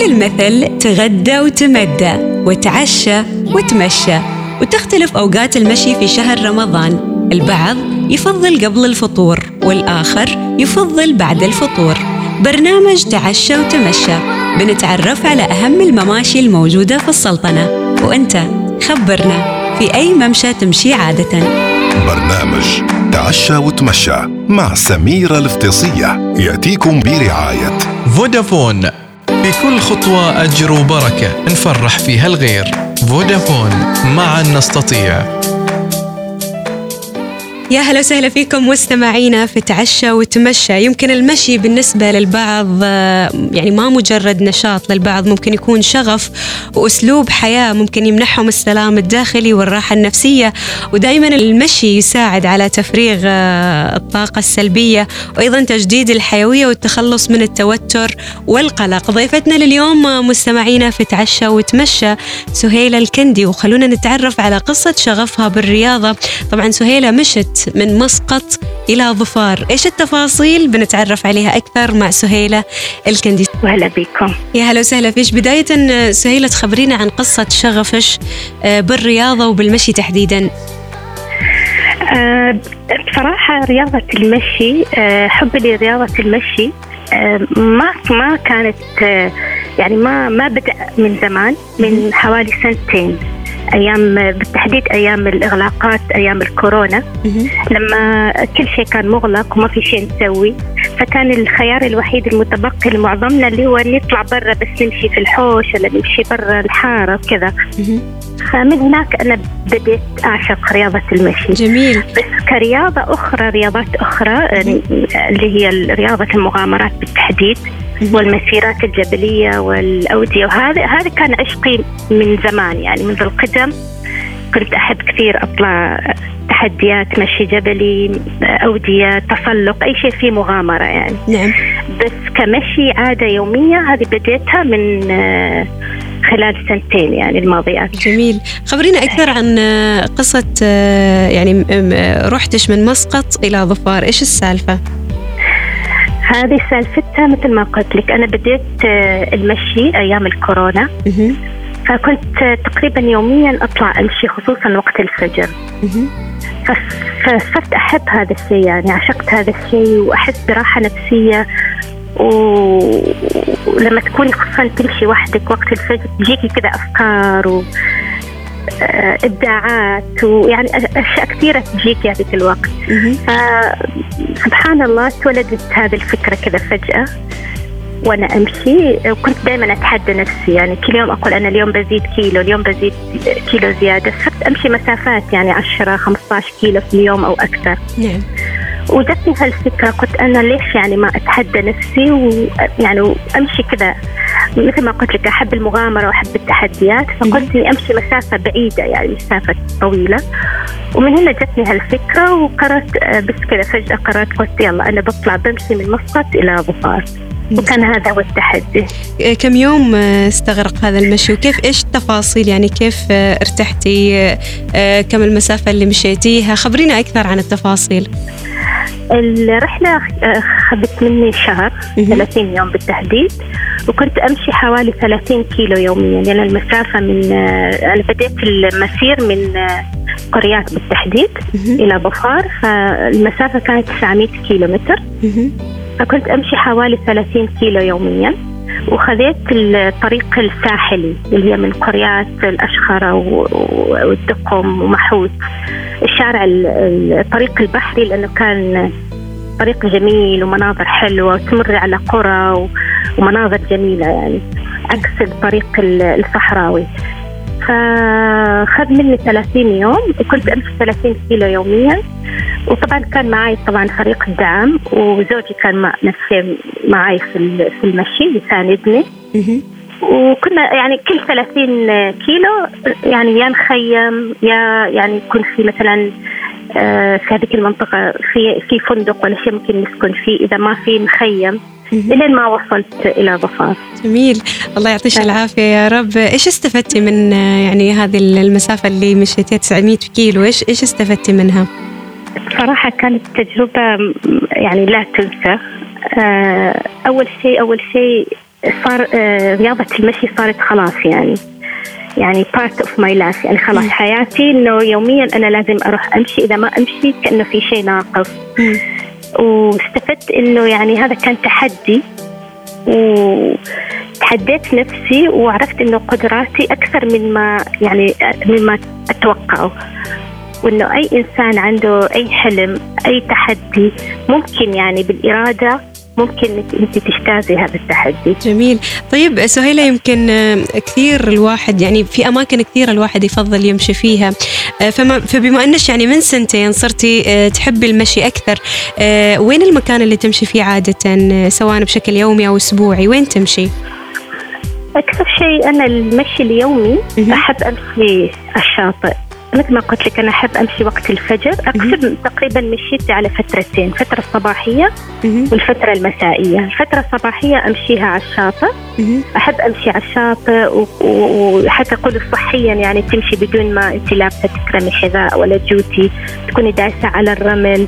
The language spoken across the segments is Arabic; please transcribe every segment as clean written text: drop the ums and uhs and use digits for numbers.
المثل تغدى وتمدى وتعشى وتمشى، وتختلف أوقات المشي في شهر رمضان. البعض يفضل قبل الفطور والآخر يفضل بعد الفطور. برنامج تعشى وتمشى بنتعرف على أهم المماشي الموجودة في السلطنة، وأنت خبرنا في أي ممشى تمشي عادة. برنامج تعشى وتمشى مع سميرة الفطيصية يأتيكم برعاية فودافون. بكل خطوة أجر وبركة نفرح فيها الغير. فودافون، معا نستطيع. يا هلا وسهلا فيكم مستمعينا في تعشى وتمشى. يمكن المشي بالنسبة للبعض يعني ما مجرد نشاط، للبعض ممكن يكون شغف وأسلوب حياة ممكن يمنحهم السلام الداخلي والراحة النفسية، ودائما المشي يساعد على تفريغ الطاقة السلبية وأيضا تجديد الحيوية والتخلص من التوتر والقلق. ضيفتنا لليوم مستمعينا في تعشى وتمشى سهيلة الكندي، وخلونا نتعرف على قصة شغفها بالرياضة. طبعا سهيلة مشت من مسقط إلى ظفار. إيش التفاصيل بنتعرف عليها أكثر مع سهيلة الكندي. وهلا بكم. يا هلا وسهلا فيش. بداية سهيلة تخبرينا عن قصة شغفش بالرياضة وبالمشي تحديدا. بصراحة رياضة المشي، حبي لرياضة المشي ما كانت يعني ما بدأ من زمان، من حوالي سنتين، أيام بالتحديد أيام الإغلاقات، أيام الكورونا، لما كل شيء كان مغلق وما في شيء نسوي، فكان الخيار الوحيد المتبقي لمعظمنا اللي هو نطلع برا، بس نمشي في الحوش ولا نمشي برا الحارة كذا. فمن هناك أنا بديت أعشق رياضة المشي. جميل. بس كرياضة أخرى، رياضات أخرى اللي هي رياضة المغامرات بالتحديد والمسيرات الجبلية والأودية، وهذا كان عشقي من زمان، يعني منذ القدم كنت أحب كثير أطلع تحديات، مشي جبلي، أودية، تسلق، أي شيء فيه مغامرة يعني. نعم. بس كمشي عادة يومية هذه بديتها من خلال سنتين يعني الماضيات. جميل. خبرينا أكثر عن قصة يعني رحتش من مسقط إلى ظفار. إيش السالفة؟ هذه سالفتها مثل ما قلت لك، أنا بديت المشي أيام الكورونا، فكنت تقريبا يوميا أطلع أمشي خصوصا وقت الفجر. فصرت أحب هذا الشيء، يعني عشقت هذا الشيء وأحس براحة نفسية. ولما تكوني خصوصا تمشي وحدك وقت الفجر تجيكي كذا أفكار وإبداعات، ويعني أشياء كثيرة تجيك يعني في الوقت. فسبحان الله تولدت هذه الفكرة كذا فجأة وأنا أمشي، وكنت دائما أتحدى نفسي، يعني كل يوم أقول أنا اليوم بزيد كيلو، اليوم بزيد كيلو زيادة. صرت أمشي مسافات يعني 10-15 كيلو في اليوم أو أكثر. نعم. وجتني هالفكرة، قلت أنا ليش يعني ما أتحدى نفسي ويعني أمشي كذا، مثل ما قلت لك أحب المغامرة وأحب التحديات، فقلت لي أمشي مسافة بعيدة يعني مسافة طويلة. ومن هنا جتني هالفكرة وقررت بس كذا فجأة قررت، قلت يلا أنا بطلع بمشي من مسقط إلى ظفار، وكان هذا هو التحدي. كم يوم استغرق هذا المشي، وكيف إيش التفاصيل يعني كيف ارتحتي، كم المسافة اللي مشيتيها؟ خبرينا أكثر عن التفاصيل. الرحلة خذت مني شهر، 30 يوم بالتحديد، وكنت أمشي حوالي 30 كيلو يوميا. يعني المسافة أنا بديت المسير من قريات بالتحديد إلى ظفار، فالمسافة كانت 900 كيلومتر، فكنت أمشي حوالي 30 كيلو يوميا. وخذيت الطريق الساحلي اللي هي من قريات الأشخرة والدقم ومحوت، الشارع الطريق البحري، لأنه كان طريق جميل ومناظر حلوة وتمر على قرى ومناظر جميلة، يعني عكس الطريق الصحراوي. فخذ مني 30 يوم وكنت أمشي 30 كيلو يوميا. وطبعا كان معي طبعا فريق الدعم، وزوجي كان نفسه معي في المشي يساندني. وكنا يعني كل 30 كيلو يعني يا نخيم يا يعني يكون في مثلا في هذيك المنطقة في فندق ولا شيء ممكن نسكن فيه، إذا ما في نخيم إلين ما وصلت إلى ظفار. جميل. الله يعطيش العافية يا رب. إيش استفدتي من يعني هذه المسافة اللي مشيتيها 900 كيلو؟ إيش استفدتي منها؟ صراحة كانت تجربة يعني لا تنسى. أول شيء صار رياضة المشي صارت خلاص يعني part of my life، يعني خلاص حياتي، إنه يوميا أنا لازم أروح أمشي، إذا ما أمشي كأنه في شيء ناقص. واستفدت إنه يعني هذا كان تحدي، وتحديت نفسي وعرفت إنه قدراتي أكثر مما أتوقعه، وإنه أي إنسان عنده أي حلم أي تحدي ممكن يعني بالإرادة ممكن أنت تجتازي هذا التحدي. جميل. طيب سهيلة، يمكن كثير الواحد يعني في أماكن كثيرة الواحد يفضل يمشي فيها، فبما أنش يعني من 2 سنين صرتي تحبي المشي أكثر، وين المكان اللي تمشي فيه عادة، سواء بشكل يومي أو أسبوعي؟ وين تمشي؟ أكثر شيء أنا المشي اليومي أحب أمشي الشاطئ، مثل ما قلت لك أنا أحب أمشي وقت الفجر. أكثر تقريبا مشيت على فترتين، فترة الصباحية والفترة المسائية. الفترة الصباحية أمشيها على الشاطئ، أحب أمشي على الشاطئ، وحتى أقول صحيا يعني تمشي بدون ما أنت لابسة تكرمي حذاء ولا جوتي، تكوني دايسة على الرمل.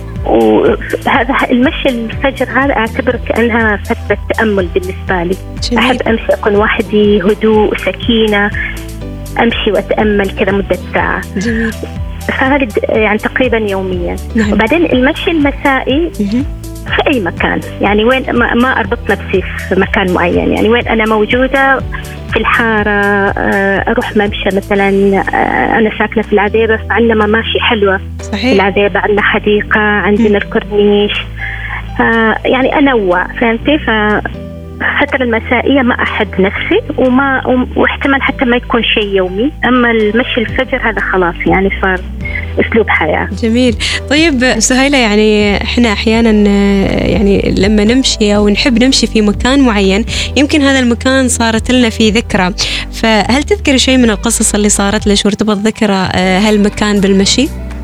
وهذا المشي الفجر هذا أعتبره كأنها فترة تأمل بالنسبة لي. أحب أمشي أكون وحدي، هدوء سكينة، أمشي وأتأمل كذا مدة ساعة. جميل. فهذا يعني تقريبا يوميا. نعم. وبعدين المشي المسائي في أي مكان، يعني وين ما أربط نفسي في مكان معين، يعني وين أنا موجودة في الحارة، أروح ممشى مثلا. أنا ساكنة في العذيبة، فعندنا مماشي حلوة. صحيح. في العذيبة عندنا حديقة، عندنا الكورنيش، يعني أنوع، فهمتي؟ الفترة المسائية ما أحد نفسي، واحتمال حتى ما يكون شيء يومي. أما المشي الفجر هذا خلاص يعني صار أسلوب حياة. جميل. طيب سهيلة، يعني إحنا أحيانا يعني لما نمشي أو نحب نمشي في مكان معين، يمكن هذا المكان صارت لنا في ذكرى، فهل تذكري شيء من القصص اللي صارت لك وارتبط ذكرى هالمكان بالمشي؟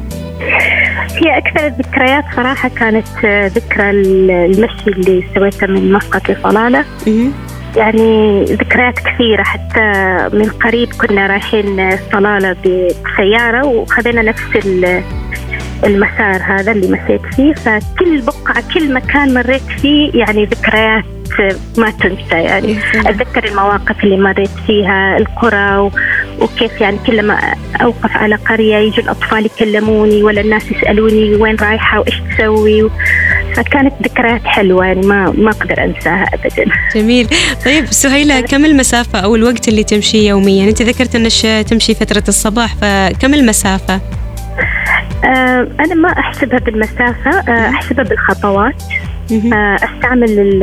هي أكثر الذكريات صراحة كانت ذكرى المشي اللي سويته من مسقط لصلالة. يعني ذكريات كثيرة، حتى من قريب كنا رايحين صلالة بسيارة وخذينا نفس المسار هذا اللي مشيت فيه، فكل بقعة كل مكان مريت فيه يعني ذكريات ما تنسى. يعني أتذكر المواقف اللي مريت فيها، القرى، وكيف يعني كل ما أوقف على قرية يجوا الأطفال يكلموني ولا الناس يسألوني وين رايحة وإيش تسوي، فكانت ذكريات حلوة يعني ما أقدر أنساها أبدا. جميل. طيب سهيلة، كم المسافة أو الوقت اللي تمشي يوميا؟ أنت ذكرت أنش تمشي فترة الصباح، فكم المسافة؟ أنا ما أحسبها بالمسافة، أحسبها بالخطوات. أستعمل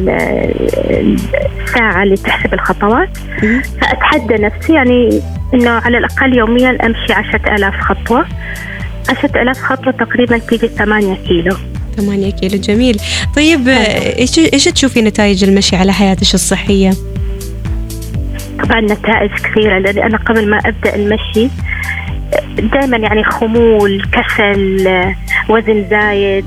الساعة اللي تحسب الخطوات، فأتحدى نفسي يعني إنه على الأقل يوميا أمشي 10,000 خطوة. 10,000 خطوة تقريبا تيجي 8 كيلو. 8 كيلو. جميل. طيب إيش تشوفي نتائج المشي على حياتك الصحية؟ طبعا نتائج كثيرة، لأن أنا قبل ما أبدأ المشي دائما يعني خمول، كسل، وزن زايد،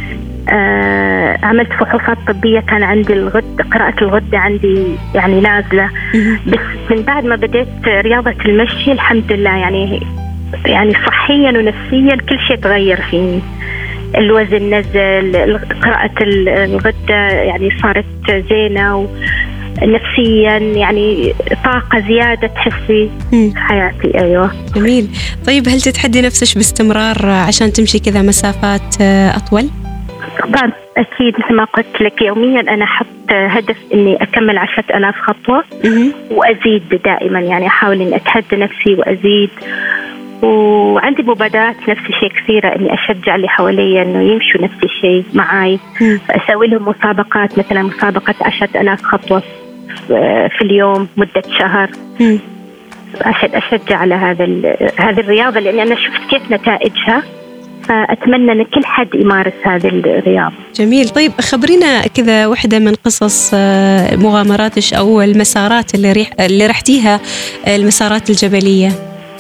عملت فحوصات طبية، كان عندي قراءة الغدة عندي يعني نازلة. بس من بعد ما بديت رياضة المشي الحمد لله يعني صحيا ونفسيا كل شيء تغير فيني. الوزن نزل، قراءة الغدة يعني صارت زينة، نفسيا يعني طاقة زيادة تحسي في حياتي. أيوة. جميل. طيب هل تتحدي نفسك باستمرار عشان تمشي كذا مسافات أطول؟ طبعا أكيد، مثل ما قلت لك يوميا أنا أحط هدف إني أكمل 10,000 خطوة وأزيد دائما، يعني أحاول إني أتحدى نفسي وأزيد. وعندي مبادرات نفس الشيء كثيرة، إني أشجع اللي حواليا إنه يمشوا نفس الشيء معاي، فأسوي لهم مسابقات، مثلا مسابقة 10,000 خطوة في اليوم مدة شهر، عشان أشجع على هذه الرياضة، لأن أنا شفت كيف نتائجها، فأتمنى أن كل حد يمارس هذه الرياضة. جميل. طيب خبرينا كذا واحدة من قصص مغامراتك أو المسارات اللي رحتيها، المسارات الجبلية.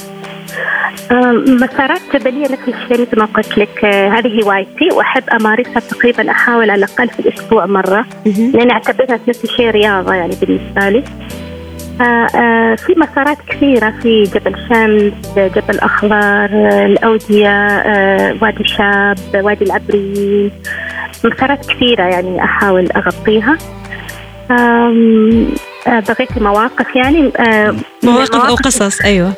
مسارات جبلية نفس الشيء مثل ما قلت لك، هذه هوايتي وأحب أمارسها تقريبا، أحاول على الأقل في الأسبوع مرة، لأن أعتبرها نفس الشيء رياضة يعني بالنسبة لي. في مسارات كثيرة، في جبل شمس، جبل أخضر، الأودية، وادي شاب، وادي العبريين، مسارات كثيرة يعني أحاول أغطيها. بغيت مواقف يعني مواقف أو قصص. أيوة.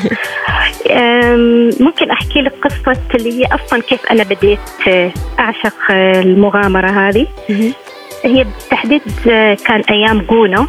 ممكن أحكي لك قصة اللي هي أصلا كيف أنا بديت أعشق المغامرة هذه. هي بالتحديد كان أيام جونو،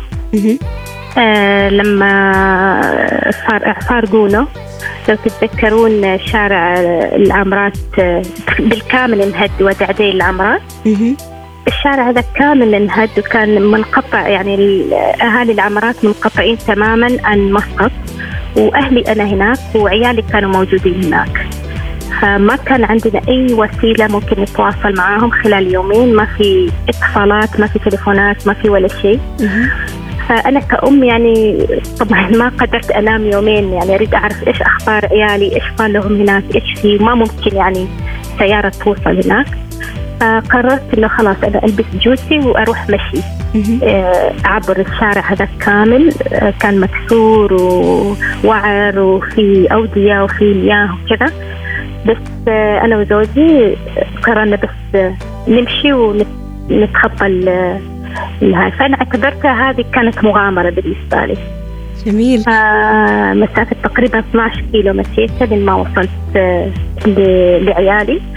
لما صار إعصار جونو. لو تتذكرون شارع العمرات بالكامل انهد، ودعدي العمرات الشارع هذا كامل انهد، وكان منقطع، يعني أهالي العمرات منقطعين تماما عن مسقط، وأهلي أنا هناك وعيالي كانوا موجودين هناك. فما كان عندنا أي وسيلة ممكن نتواصل معهم خلال يومين، ما في اتصالات، ما في تليفونات، ما في ولا شيء. فأنا كأم يعني طبعا ما قدرت أنام يومين، يعني أريد أعرف إيش أخبار عيالي، إيش صار لهم هناك، إيش في، ما ممكن يعني سيارة توصل هناك. فقررت إنه خلاص أنا ألبس جوتي وأروح مشي أعبر الشارع هذا كامل. كان مكسور ووعر وفي أودية وفي مياه وكذا، بس أنا وزوجي قررنا بس نمشي ونتخطى فأنا اعتبرتها هذه كانت مغامرة بالنسبة لي. جميل. مسافة تقريبا 12 كيلو مشيتها لين ما وصلت لعيالي.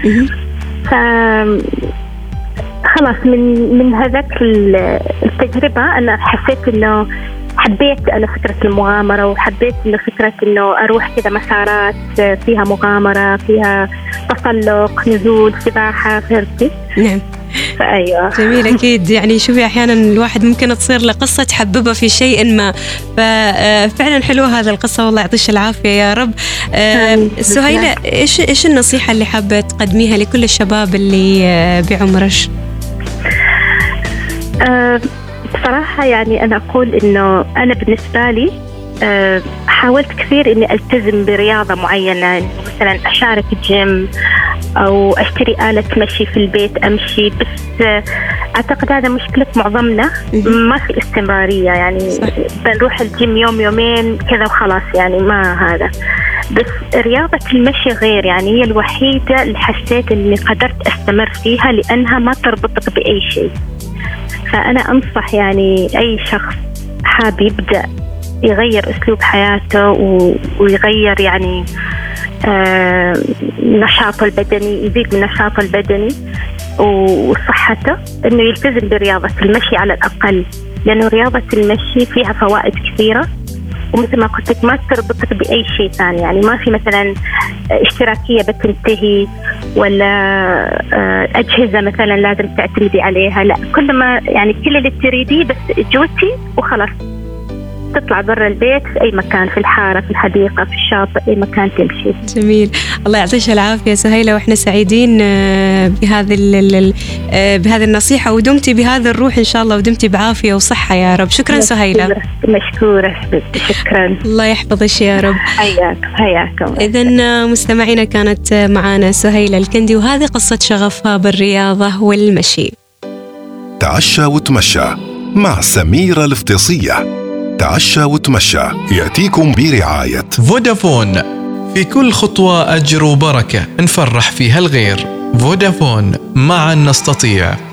خلاص من هذاك التجربة أنا حسيت إنه حبيت أنا فكرة المغامرة، وحبيت إنه فكرة إنه أروح كذا مسارات فيها مغامرة، فيها تسلق، نزول، سباحة، فهمتي؟ نعم. أيوة. جميل. أكيد. يعني شوفي أحيانا الواحد ممكن تصير له قصة تحببه في شيء ما، ففعلا حلوة هذا القصة، والله يعطيش العافية يا رب. سهيلة، إيش النصيحة اللي حابة تقدميها لكل الشباب اللي بعمرش؟ بصراحة يعني أنا أقول إنه أنا بالنسبة لي حاولت كثير إني ألتزم برياضة معينة، مثلا أشارك الجيم أو أشتري آلة مشي في البيت أمشي، بس أعتقد هذا مشكلة معظمنا، ما في استمرارية، يعني بنروح الجيم يوم يومين كذا وخلاص، يعني ما هذا. بس رياضة المشي غير، يعني هي الوحيدة اللي حسيت إني قدرت أستمر فيها لأنها ما تربطك بأي شيء. فأنا أنصح يعني أي شخص حاب يبدأ يغير أسلوب حياته ويغير يعني نشاطه البدني، يزيد من نشاطه البدني وصحته، إنه يلتزم برياضة المشي على الأقل، لأنه رياضة المشي فيها فوائد كثيرة، ومثل ما قلت لك ما تربطك بأي شيء ثاني، يعني ما في مثلا اشتراكية بتنتهي ولا أجهزة مثلا لازم تعتمدي عليها، لا، كل ما يعني كل اللي تريديه بس جوتي وخلاص، تطلع برا البيت في أي مكان، في الحارة، في الحديقة، في الشاطئ، أي مكان تمشي. جميل. الله يعطيك العافية سهيلة، وإحنا سعيدين بهذه النصيحة، ودمتي بهذا الروح إن شاء الله، ودمتي بعافية وصحة يا رب. شكرا سهيلة. مشكورة. شكرا. الله يحفظك يا رب. حياكم. إذن مستمعينا، كانت معنا سهيلة الكندي، وهذه قصة شغفها بالرياضة والمشي. تعشى وتمشى مع سميرة الفطيصية. تعشى وتمشى يأتيكم برعاية فودافون. في كل خطوة أجر وبركة، نفرح فيها الغير. فودافون، معا نستطيع.